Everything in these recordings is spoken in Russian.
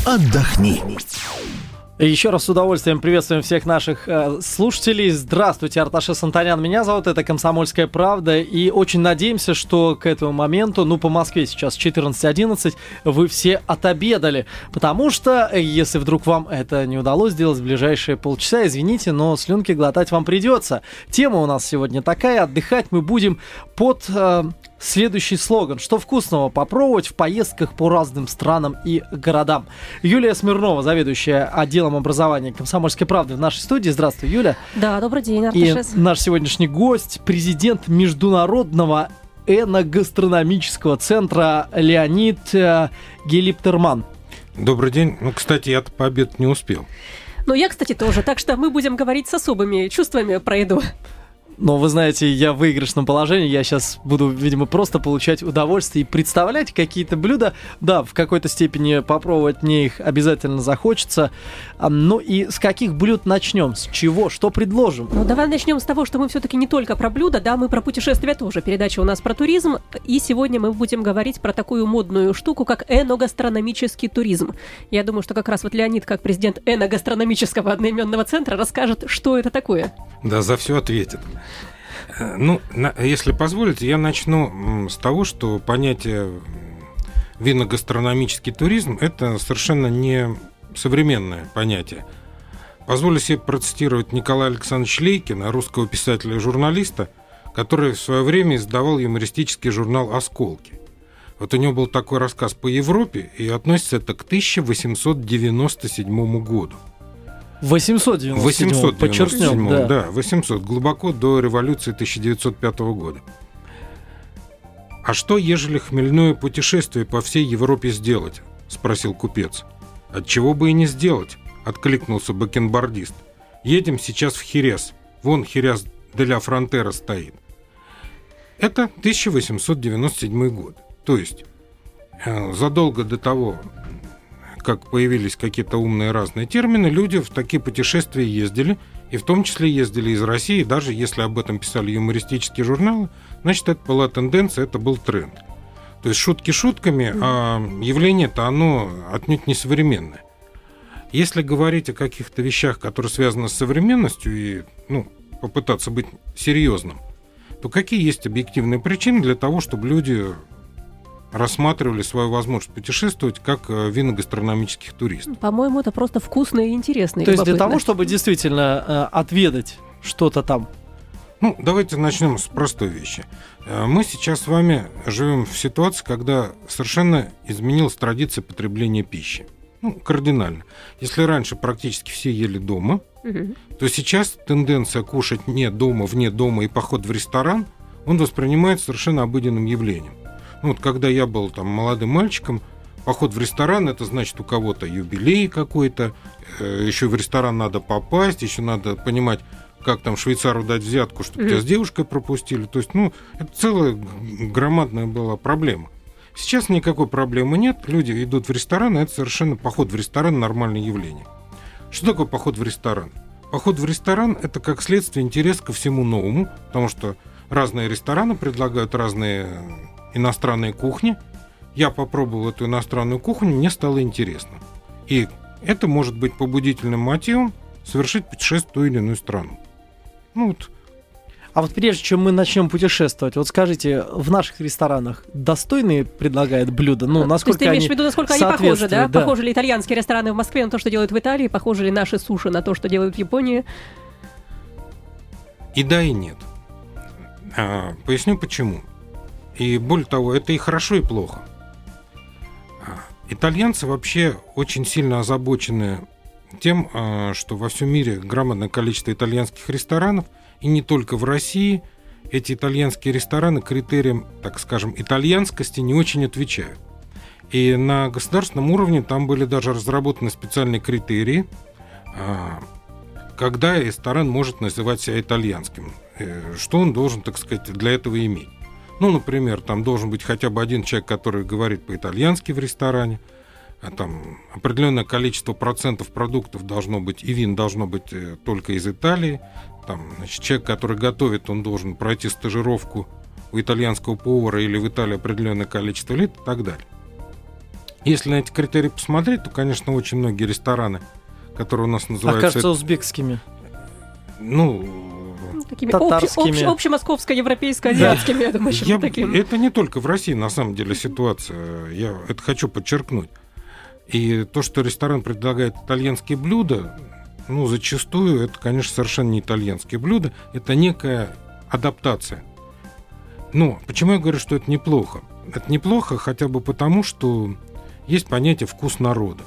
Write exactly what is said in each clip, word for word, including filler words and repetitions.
отдохни. Еще раз с удовольствием приветствуем всех наших э, слушателей. Здравствуйте, Арташес Антонян меня зовут, это «Комсомольская правда». И очень надеемся, что к этому моменту, ну по Москве сейчас четырнадцать одиннадцать, вы все отобедали. Потому что, если вдруг вам это не удалось сделать в ближайшие полчаса, извините, но слюнки глотать вам придется. Тема у нас сегодня такая, отдыхать мы будем под... Э, Следующий слоган: что вкусного попробовать в поездках по разным странам и городам. Юлия Смирнова, заведующая отделом образования «Комсомольской правды» в нашей студии. Здравствуй, Юля. Да, добрый день, Арташес. И наш сегодняшний гость, президент Международного эногастрономического центра Леонид Гелиптерман. Добрый день. Ну, кстати, я-то пообедать не успел. Ну, я, кстати, тоже. Так что мы будем говорить с особыми чувствами про еду. Но вы знаете, я в выигрышном положении, я сейчас буду, видимо, просто получать удовольствие и представлять какие-то блюда. Да, в какой-то степени попробовать мне их обязательно захочется. Ну и с каких блюд начнем? С чего? Что предложим? Ну, давай начнем с того, что мы все-таки не только про блюда, да, мы про путешествия тоже. Передача у нас про туризм. И сегодня мы будем говорить про такую модную штуку, как эногастрономический туризм. Я думаю, что как раз вот Леонид, как президент эногастрономического одноименного центра, расскажет, что это такое. Да, за все ответит. Ну, на, если позволите, я начну с того, что понятие винно-гастрономический туризм – это совершенно не современное понятие. Позволю себе процитировать Николая Александровича Лейкина, русского писателя и журналиста, который в свое время издавал юмористический журнал «Осколки». Вот у него был такой рассказ по Европе, и относится это к тысяча восемьсот девяносто седьмому году. восемьсот девяносто седьмому, подчеркнем, да. Да, восемьсот, глубоко до революции тысяча девятьсот пятого года. «А что, ежели хмельное путешествие по всей Европе сделать?» – спросил купец. «Отчего бы и не сделать?» – откликнулся бакенбардист. «Едем сейчас в Херес. Вон Херес де ля Фронтера стоит». Это тысяча восемьсот девяносто седьмой год. То есть э, задолго до того, как появились какие-то умные разные термины, люди в такие путешествия ездили, и в том числе ездили из России, даже если об этом писали юмористические журналы, значит, это была тенденция, это был тренд. То есть шутки шутками, а явление-то оно отнюдь не современное. Если говорить о каких-то вещах, которые связаны с современностью, и ну, попытаться быть серьезным, то какие есть объективные причины для того, чтобы люди рассматривали свою возможность путешествовать как винно-гастрономических туристов? По-моему, это просто вкусно и интересно. То и есть для любопытно. того, чтобы действительно э, отведать что-то там? Ну, давайте начнем с простой вещи. Мы сейчас с вами живем в ситуации, когда совершенно изменилась традиция потребления пищи. Ну, кардинально. Если раньше практически все ели дома, угу. то сейчас тенденция кушать не дома, вне дома и поход в ресторан, он воспринимается совершенно обыденным явлением. Ну, вот когда я был там молодым мальчиком, поход в ресторан, это значит у кого-то юбилей какой-то, э, еще в ресторан надо попасть, еще надо понимать, как там швейцару дать взятку, чтобы mm-hmm. тебя с девушкой пропустили. То есть, ну, это целая громадная была проблема. Сейчас никакой проблемы нет, люди идут в ресторан, и это совершенно поход в ресторан нормальное явление. Что такое поход в ресторан? Поход в ресторан – это как следствие интерес ко всему новому, потому что разные рестораны предлагают разные иностранные кухни. Я попробовал эту иностранную кухню, мне стало интересно. И это может быть побудительным мотивом совершить путешествие в ту или иную страну. Ну, вот. А вот прежде чем мы начнем путешествовать, вот скажите, в наших ресторанах достойные предлагают блюда? Ну, насколько то есть ты имеешь они в виду, насколько они похожи, да? да? Похожи ли итальянские рестораны в Москве на то, что делают в Италии? Похожи ли наши суши на то, что делают в Японии? И да, и нет. А, поясню почему. И более того, это и хорошо, и плохо. Итальянцы вообще очень сильно озабочены тем, что во всем мире громадное количество итальянских ресторанов, и не только в России, эти итальянские рестораны критериям, так скажем, итальянскости не очень отвечают. И на государственном уровне там были даже разработаны специальные критерии, когда ресторан может называть себя итальянским, что он должен, так сказать, для этого иметь. Ну, например, там должен быть хотя бы один человек, который говорит по-итальянски в ресторане, а там определенное количество процентов продуктов должно быть, и вин должно быть только из Италии. Там, значит, человек, который готовит, он должен пройти стажировку у итальянского повара или в Италии определенное количество лет и так далее. Если на эти критерии посмотреть, то, конечно, очень многие рестораны, которые у нас называются... Окажутся узбекскими. Ну... Такими татарскими. Общ, общ, общемосковско-европейско-азиатскими, да. я думаю, Я, таким. Это не только в России, на самом деле, ситуация. Я это хочу подчеркнуть. И то, что ресторан предлагает итальянские блюда, ну, зачастую это, конечно, совершенно не итальянские блюда, это некая адаптация. Но почему я говорю, что это неплохо? Это неплохо хотя бы потому, что есть понятие «вкус народа».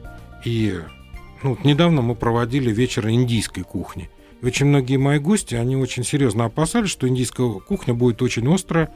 И ну, недавно мы проводили вечер индийской кухни. И очень многие мои гости, они очень серьезно опасались, что индийская кухня будет очень острая,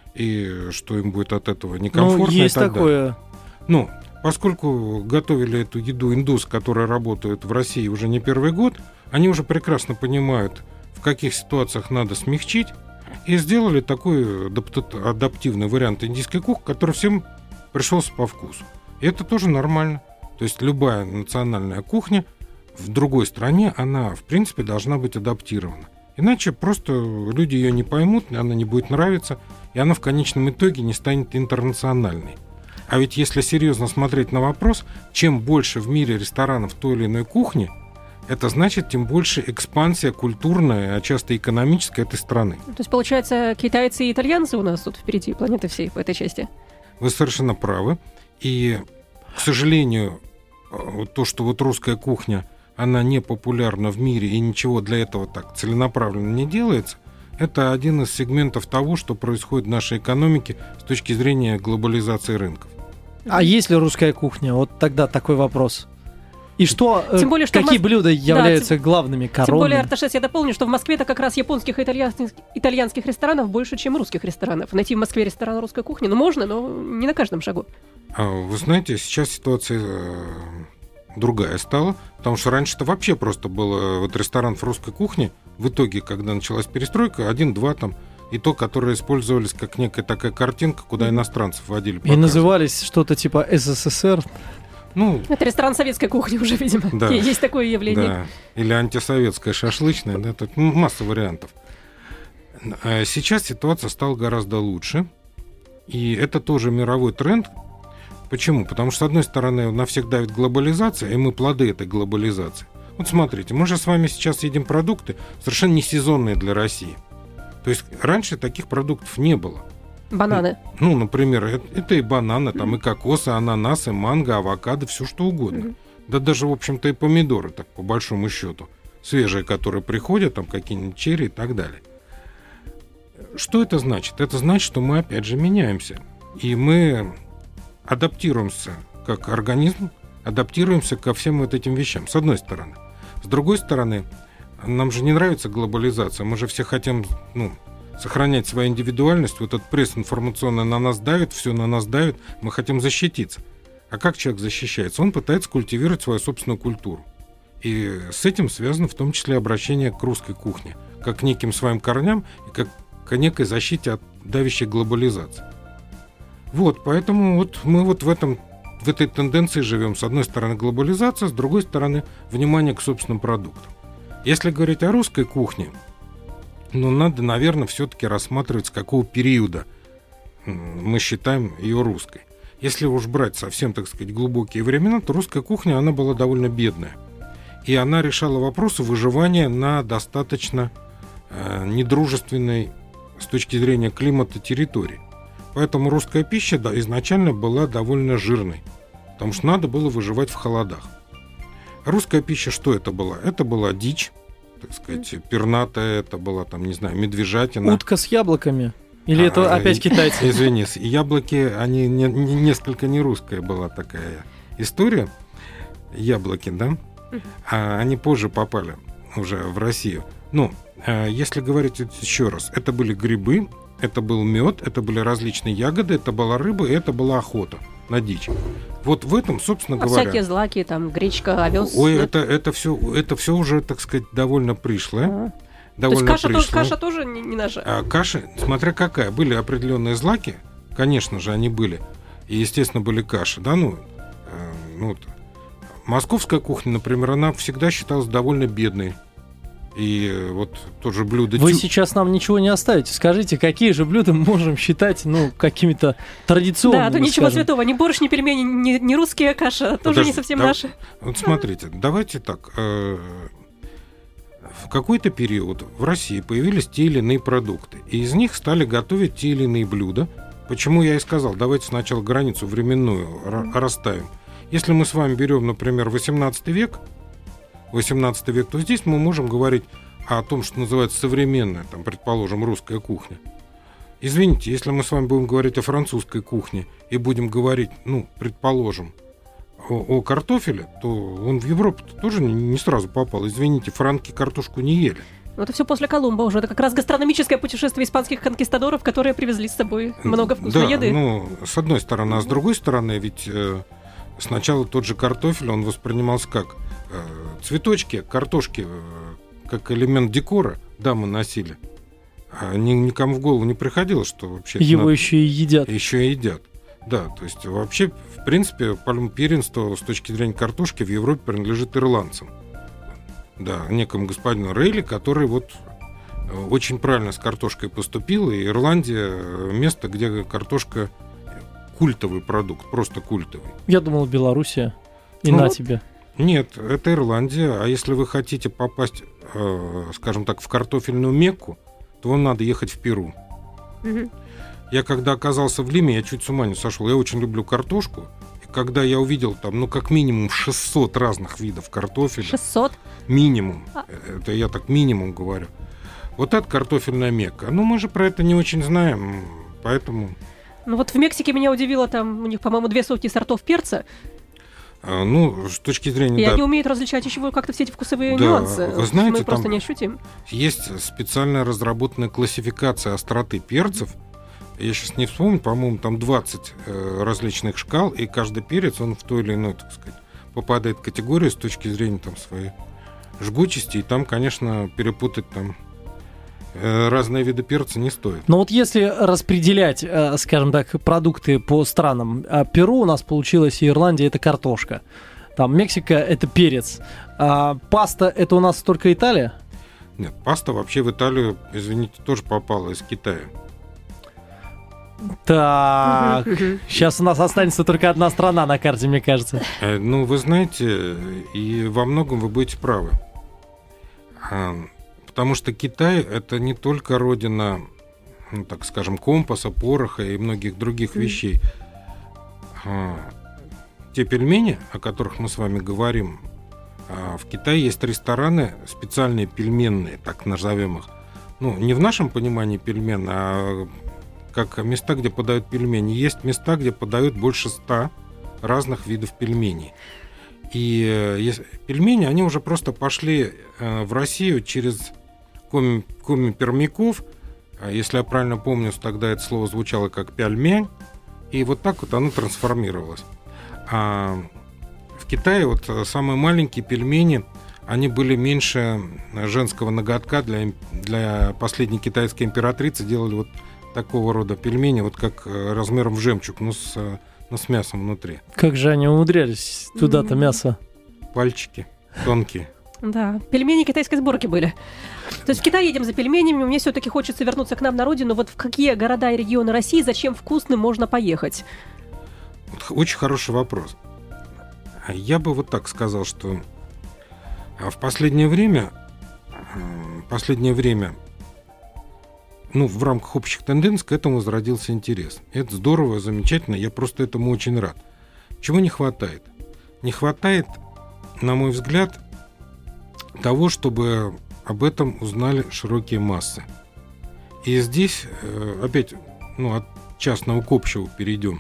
и что им будет от этого некомфортно. Ну, есть и так такое. Далее. Ну, поскольку готовили эту еду индусы, которые работают в России уже не первый год, они уже прекрасно понимают, в каких ситуациях надо смягчить, и сделали такой адаптивный вариант индийской кухни, который всем пришелся по вкусу. И это тоже нормально. То есть любая национальная кухня в другой стране, она, в принципе, должна быть адаптирована. Иначе просто люди ее не поймут, она не будет нравиться, и она в конечном итоге не станет интернациональной. А ведь если серьезно смотреть на вопрос, чем больше в мире ресторанов той или иной кухни, это значит, тем больше экспансия культурная, а часто экономическая этой страны. То есть, получается, китайцы и итальянцы у нас тут впереди планеты всей по этой части? Вы совершенно правы. И, к сожалению, то, что вот русская кухня, она не популярна в мире и ничего для этого так целенаправленно не делается, это один из сегментов того, что происходит в нашей экономике с точки зрения глобализации рынков. А есть ли русская кухня? Вот тогда такой вопрос. И что, тем более, что какие Мос... блюда являются да, тем... главными, коронными? Тем более, Арташес, я дополню, что в Москве-то как раз японских и итальянских, итальянских ресторанов больше, чем русских ресторанов. Найти в Москве ресторан русской кухни, ну, можно, но не на каждом шагу. Вы знаете, сейчас ситуация другая стала, потому что раньше-то вообще просто был вот ресторан русской кухни. В итоге, когда началась перестройка, один-два там, и то, которые использовались как некая такая картинка, куда иностранцев водили. И назывались что-то типа СССР. Ну, это ресторан советской кухни уже, видимо. Да, есть такое явление. Да. Или антисоветская шашлычная. Да, тут масса вариантов. Сейчас ситуация стала гораздо лучше. И это тоже мировой тренд. Почему? Потому что, с одной стороны, на всех давит глобализация, и мы плоды этой глобализации. Вот смотрите, мы же с вами сейчас едим продукты совершенно не сезонные для России. То есть раньше таких продуктов не было. Бананы. Ну, ну, например, это, это и бананы, там, mm-hmm. и кокосы, ананасы, манго, авокадо, все что угодно. Mm-hmm. Да даже, в общем-то, и помидоры, так по большому счету. Свежие, которые приходят, там какие-нибудь черри и так далее. Что это значит? Это значит, что мы опять же меняемся. И мы адаптируемся как организм, адаптируемся ко всем вот этим вещам, с одной стороны. С другой стороны, нам же не нравится глобализация. Мы же все хотим, ну, сохранять свою индивидуальность. Вот этот пресс информационный на нас давит, все на нас давит. Мы хотим защититься. А как человек защищается? Он пытается культивировать свою собственную культуру. И с этим связано в том числе обращение к русской кухне, как к неким своим корням и как к некой защите от давящей глобализации. Вот, поэтому вот мы вот в этом, в этой тенденции живем. С одной стороны глобализация, с другой стороны внимание к собственным продуктам. Если говорить о русской кухне, ну, надо, наверное, все-таки рассматривать, с какого периода мы считаем ее русской. Если уж брать совсем, так сказать, глубокие времена, то русская кухня, она была довольно бедная. И она решала вопросы выживания на достаточно э, недружественной с точки зрения климата территории. Поэтому русская пища, да, изначально была довольно жирной, потому что надо было выживать в холодах. Русская пища, что это была? Это была дичь, так сказать, пернатая, это была, там, не знаю, медвежатина. Утка с яблоками? Или а, это опять китайцы? Извини, яблоки, они не, не, несколько не русская была такая история. Яблоки, да? А они позже попали уже в Россию. Ну, если говорить еще раз, это были грибы, это был мед, это были различные ягоды, это была рыба, и это была охота на дичь. Вот в этом, собственно а говоря... всякие злаки, там, гречка, овес... Ой, это, это, все, это все уже, так сказать, довольно пришлое. А-а. Довольно То есть каша, пришлое. тоже, каша тоже не, не наша? А каша, смотря какая. Были определенные злаки, конечно же, они были. И, естественно, были каши. Да, ну, э, ну, московская кухня, например, она всегда считалась довольно бедной. И вот тоже блюдо... Вы тю... сейчас нам ничего не оставите. Скажите, какие же блюда мы можем считать, ну, какими-то традиционными? Да, а то ничего скажем. святого. Ни борщ, ни пельмени, ни, ни русская каша. Тоже Подожди, не совсем да, наши. Вот смотрите, давайте так. Э, в какой-то период в России появились те или иные продукты. И из них стали готовить те или иные блюда. Почему я и сказал, давайте сначала границу временную расставим. Если мы с вами берем, например, восемнадцатый век, восемнадцатый век, то здесь мы можем говорить о том, что называется современная, там, предположим, русская кухня. Извините, если мы с вами будем говорить о французской кухне и будем говорить, ну, предположим, о, о картофеле, то он в Европу тоже не сразу попал. Извините, франки картошку не ели. Ну, это все после Колумба уже. Это как раз гастрономическое путешествие испанских конкистадоров, которые привезли с собой много вкусной да, еды. Ну, с одной стороны, а с другой стороны, ведь э, сначала тот же картофель, он воспринимался как э, цветочки, картошки, э, как элемент декора дамы носили. А ни, никому в голову не приходило, что вообще... Его надо... еще и едят. Еще и едят. Да, то есть вообще, в принципе, первенство с точки зрения картошки в Европе принадлежит ирландцам. Да, некому господину Рейли, который вот очень правильно с картошкой поступил, и Ирландия — место, где картошка культовый продукт, просто культовый. Я думал, Белоруссия. И ну, на вот, тебе. Нет, это Ирландия. А если вы хотите попасть, э, скажем так, в картофельную Мекку, то вам надо ехать в Перу. Угу. Я когда оказался в Лиме, я чуть с ума не сошел. Я очень люблю картошку. Когда я увидел там, ну, как минимум шестьсот разных видов картофеля. шестьсот? Минимум. А. Это я так минимум говорю. Вот это картофельная Мекка. Ну, мы же про это не очень знаем, поэтому... Ну, вот в Мексике меня удивило, там у них, по-моему, две сотни сортов перца. А, ну, с точки зрения... И да, они умеют различать еще как-то все эти вкусовые да, нюансы. вы знаете, Мы просто там не ощутим. есть специально разработанная классификация остроты перцев. Я сейчас не вспомню, по-моему, там двадцать э, различных шкал, и каждый перец, он в той или иной, так сказать, попадает в категорию с точки зрения там своей жгучести, и там, конечно, перепутать там э, разные виды перца не стоит. Но вот если распределять, э, скажем так, продукты по странам, э, Перу у нас получилось, и Ирландия — это картошка, там Мексика — это перец, а паста — это у нас только Италия? Нет, паста вообще в Италию, извините, тоже попала из Китая. Так, сейчас у нас останется только одна страна на карте, мне кажется. Э, ну, вы знаете, и во многом вы будете правы. А, потому что Китай — это не только родина, ну, так скажем, компаса, пороха и многих других вещей. А, те пельмени, о которых мы с вами говорим, а, в Китае есть рестораны, специальные пельменные, так назовем их. Ну, не в нашем понимании пельмен, а как места, где подают пельмени. Есть места, где подают больше ста разных видов пельменей. И э, пельмени, они уже просто пошли э, в Россию через коми, коми пермяков. Если я правильно помню, тогда это слово звучало как пяльмянь. И вот так вот оно трансформировалось. А в Китае вот самые маленькие пельмени, они были меньше женского ноготка. Для, для последней китайской императрицы делали вот такого рода пельмени, вот как размером в жемчуг, но с, но с мясом внутри. Как же они умудрялись туда-то mm-hmm. мясо? Пальчики тонкие. Да, пельмени китайской сборки были. То есть в Китай едем за пельменями, мне все-таки хочется вернуться к нам на родину. Вот в какие города и регионы России, зачем вкусным можно поехать? Вот очень хороший вопрос. Я бы вот так сказал, что в последнее время, последнее время ну, в рамках общих тенденций к этому возродился интерес. Это здорово, замечательно, я просто этому очень рад. Чего не хватает? Не хватает, на мой взгляд, того, чтобы об этом узнали широкие массы. И здесь опять, ну, от частного к общему перейдем.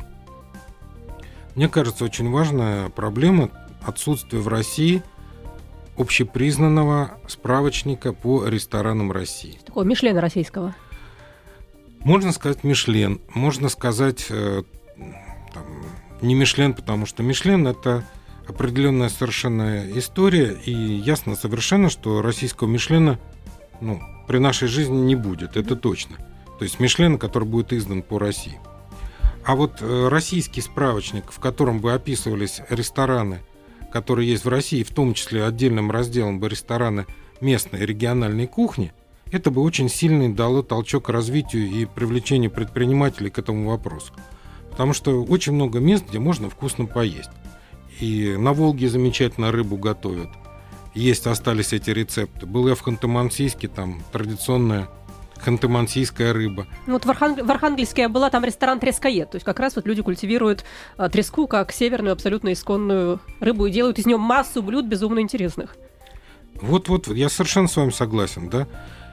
Мне кажется, очень важная проблема отсутствия в России общепризнанного справочника по ресторанам России. Такого Мишлена российского. Можно сказать Мишлен, можно сказать э, там, не Мишлен, потому что Мишлен — это определенная совершенно история, и ясно совершенно, что российского Мишлена, ну, при нашей жизни не будет, это точно. То есть Мишлен, который будет издан по России. А вот э, российский справочник, в котором бы описывались рестораны, которые есть в России, в том числе отдельным разделом бы рестораны местной региональной кухни, это бы очень сильно дало толчок развитию и привлечению предпринимателей к этому вопросу. Потому что очень много мест, где можно вкусно поесть. И на Волге замечательно рыбу готовят. Есть, остались эти рецепты. Был я в Ханты-Мансийске, там традиционная ханты-мансийская рыба. Вот в, Арханг... в Архангельске я была, там ресторан «Трескоед». То есть как раз вот люди культивируют а, треску как северную, абсолютно исконную рыбу и делают из нее массу блюд безумно интересных. Вот-вот, я совершенно с вами согласен, да.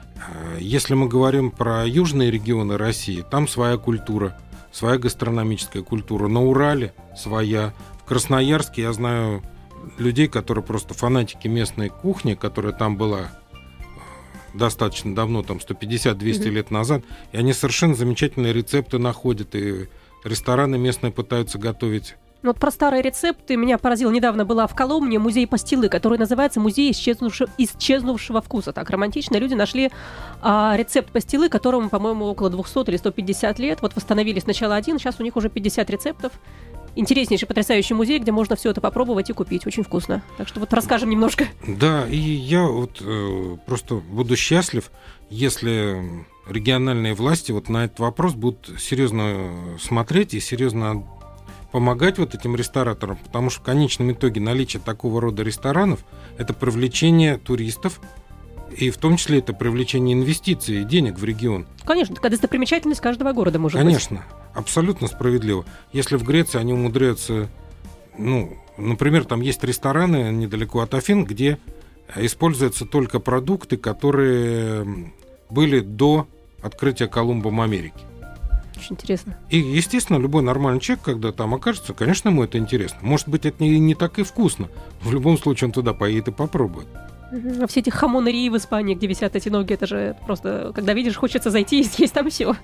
Если мы говорим про южные регионы России, там своя культура, своя гастрономическая культура. На Урале своя. В Красноярске я знаю людей, которые просто фанатики местной кухни, которая там была достаточно давно, там сто пятьдесят - двести mm-hmm. лет назад, и они совершенно замечательные рецепты находят, и рестораны местные пытаются готовить. Ну, вот про старые рецепты меня поразило. Недавно была в Коломне музей пастилы, который называется «Музей исчезнувшего, исчезнувшего вкуса». Так романтично. Люди нашли а, рецепт пастилы, которому, по-моему, около двести или сто пятьдесят лет. Вот восстановили сначала один, сейчас у них уже пятьдесят рецептов. Интереснейший, потрясающий музей, где можно все это попробовать и купить. Очень вкусно. Так что вот расскажем немножко. Да, и я вот э, просто буду счастлив, если региональные власти вот на этот вопрос будут серьезно смотреть и серьезно помогать вот этим рестораторам, потому что в конечном итоге наличие такого рода ресторанов – это привлечение туристов, и в том числе это привлечение инвестиций и денег в регион. Конечно, такая достопримечательность каждого города может Конечно, быть. Конечно, абсолютно справедливо. Если в Греции они умудряются, ну, например, там есть рестораны недалеко от Афин, где используются только продукты, которые были до открытия Колумбом Америки. Очень интересно. И, естественно, любой нормальный человек, когда там окажется, конечно, ему это интересно. Может быть, это не, не так и вкусно. В любом случае, он туда поедет и попробует. А все эти хамонерии в Испании, где висят эти ноги, это же просто, когда видишь, хочется зайти и съесть там все.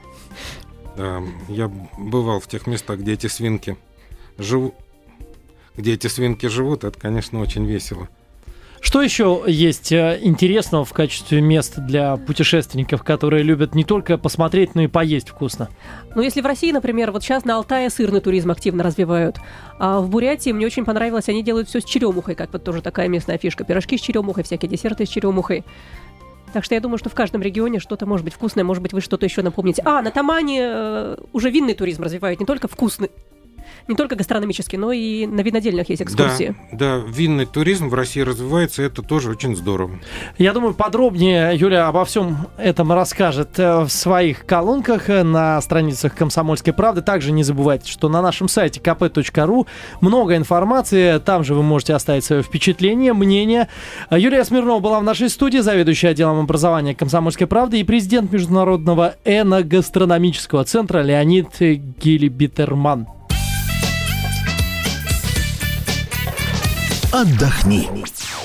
Да, я бывал в тех местах, где эти свинки живут. Где эти свинки живут, это, конечно, очень весело. Что еще есть интересного в качестве мест для путешественников, которые любят не только посмотреть, но и поесть вкусно? Ну, если в России, например, вот сейчас на Алтае сырный туризм активно развивают, а в Бурятии мне очень понравилось, они делают все с черемухой, как вот тоже такая местная фишка. Пирожки с черемухой, всякие десерты с черемухой. Так что я думаю, что в каждом регионе что-то может быть вкусное, может быть, вы что-то еще напомните. А, на Тамане э, уже винный туризм развивают, не только вкусный. Не только гастрономически, но и на винодельнях есть экскурсии. Да, да, винный туризм в России развивается, это тоже очень здорово. Я думаю, подробнее Юля обо всем этом расскажет в своих колонках на страницах «Комсомольской правды». Также не забывайте, что на нашем сайте ка пэ точка ру много информации. Там же вы можете оставить свое впечатление, мнение. Юлия Смирнова была в нашей студии, заведующая отделом образования «Комсомольской правды» и президент Международного эногастрономического центра Леонид Гилибитерман. Отдохни.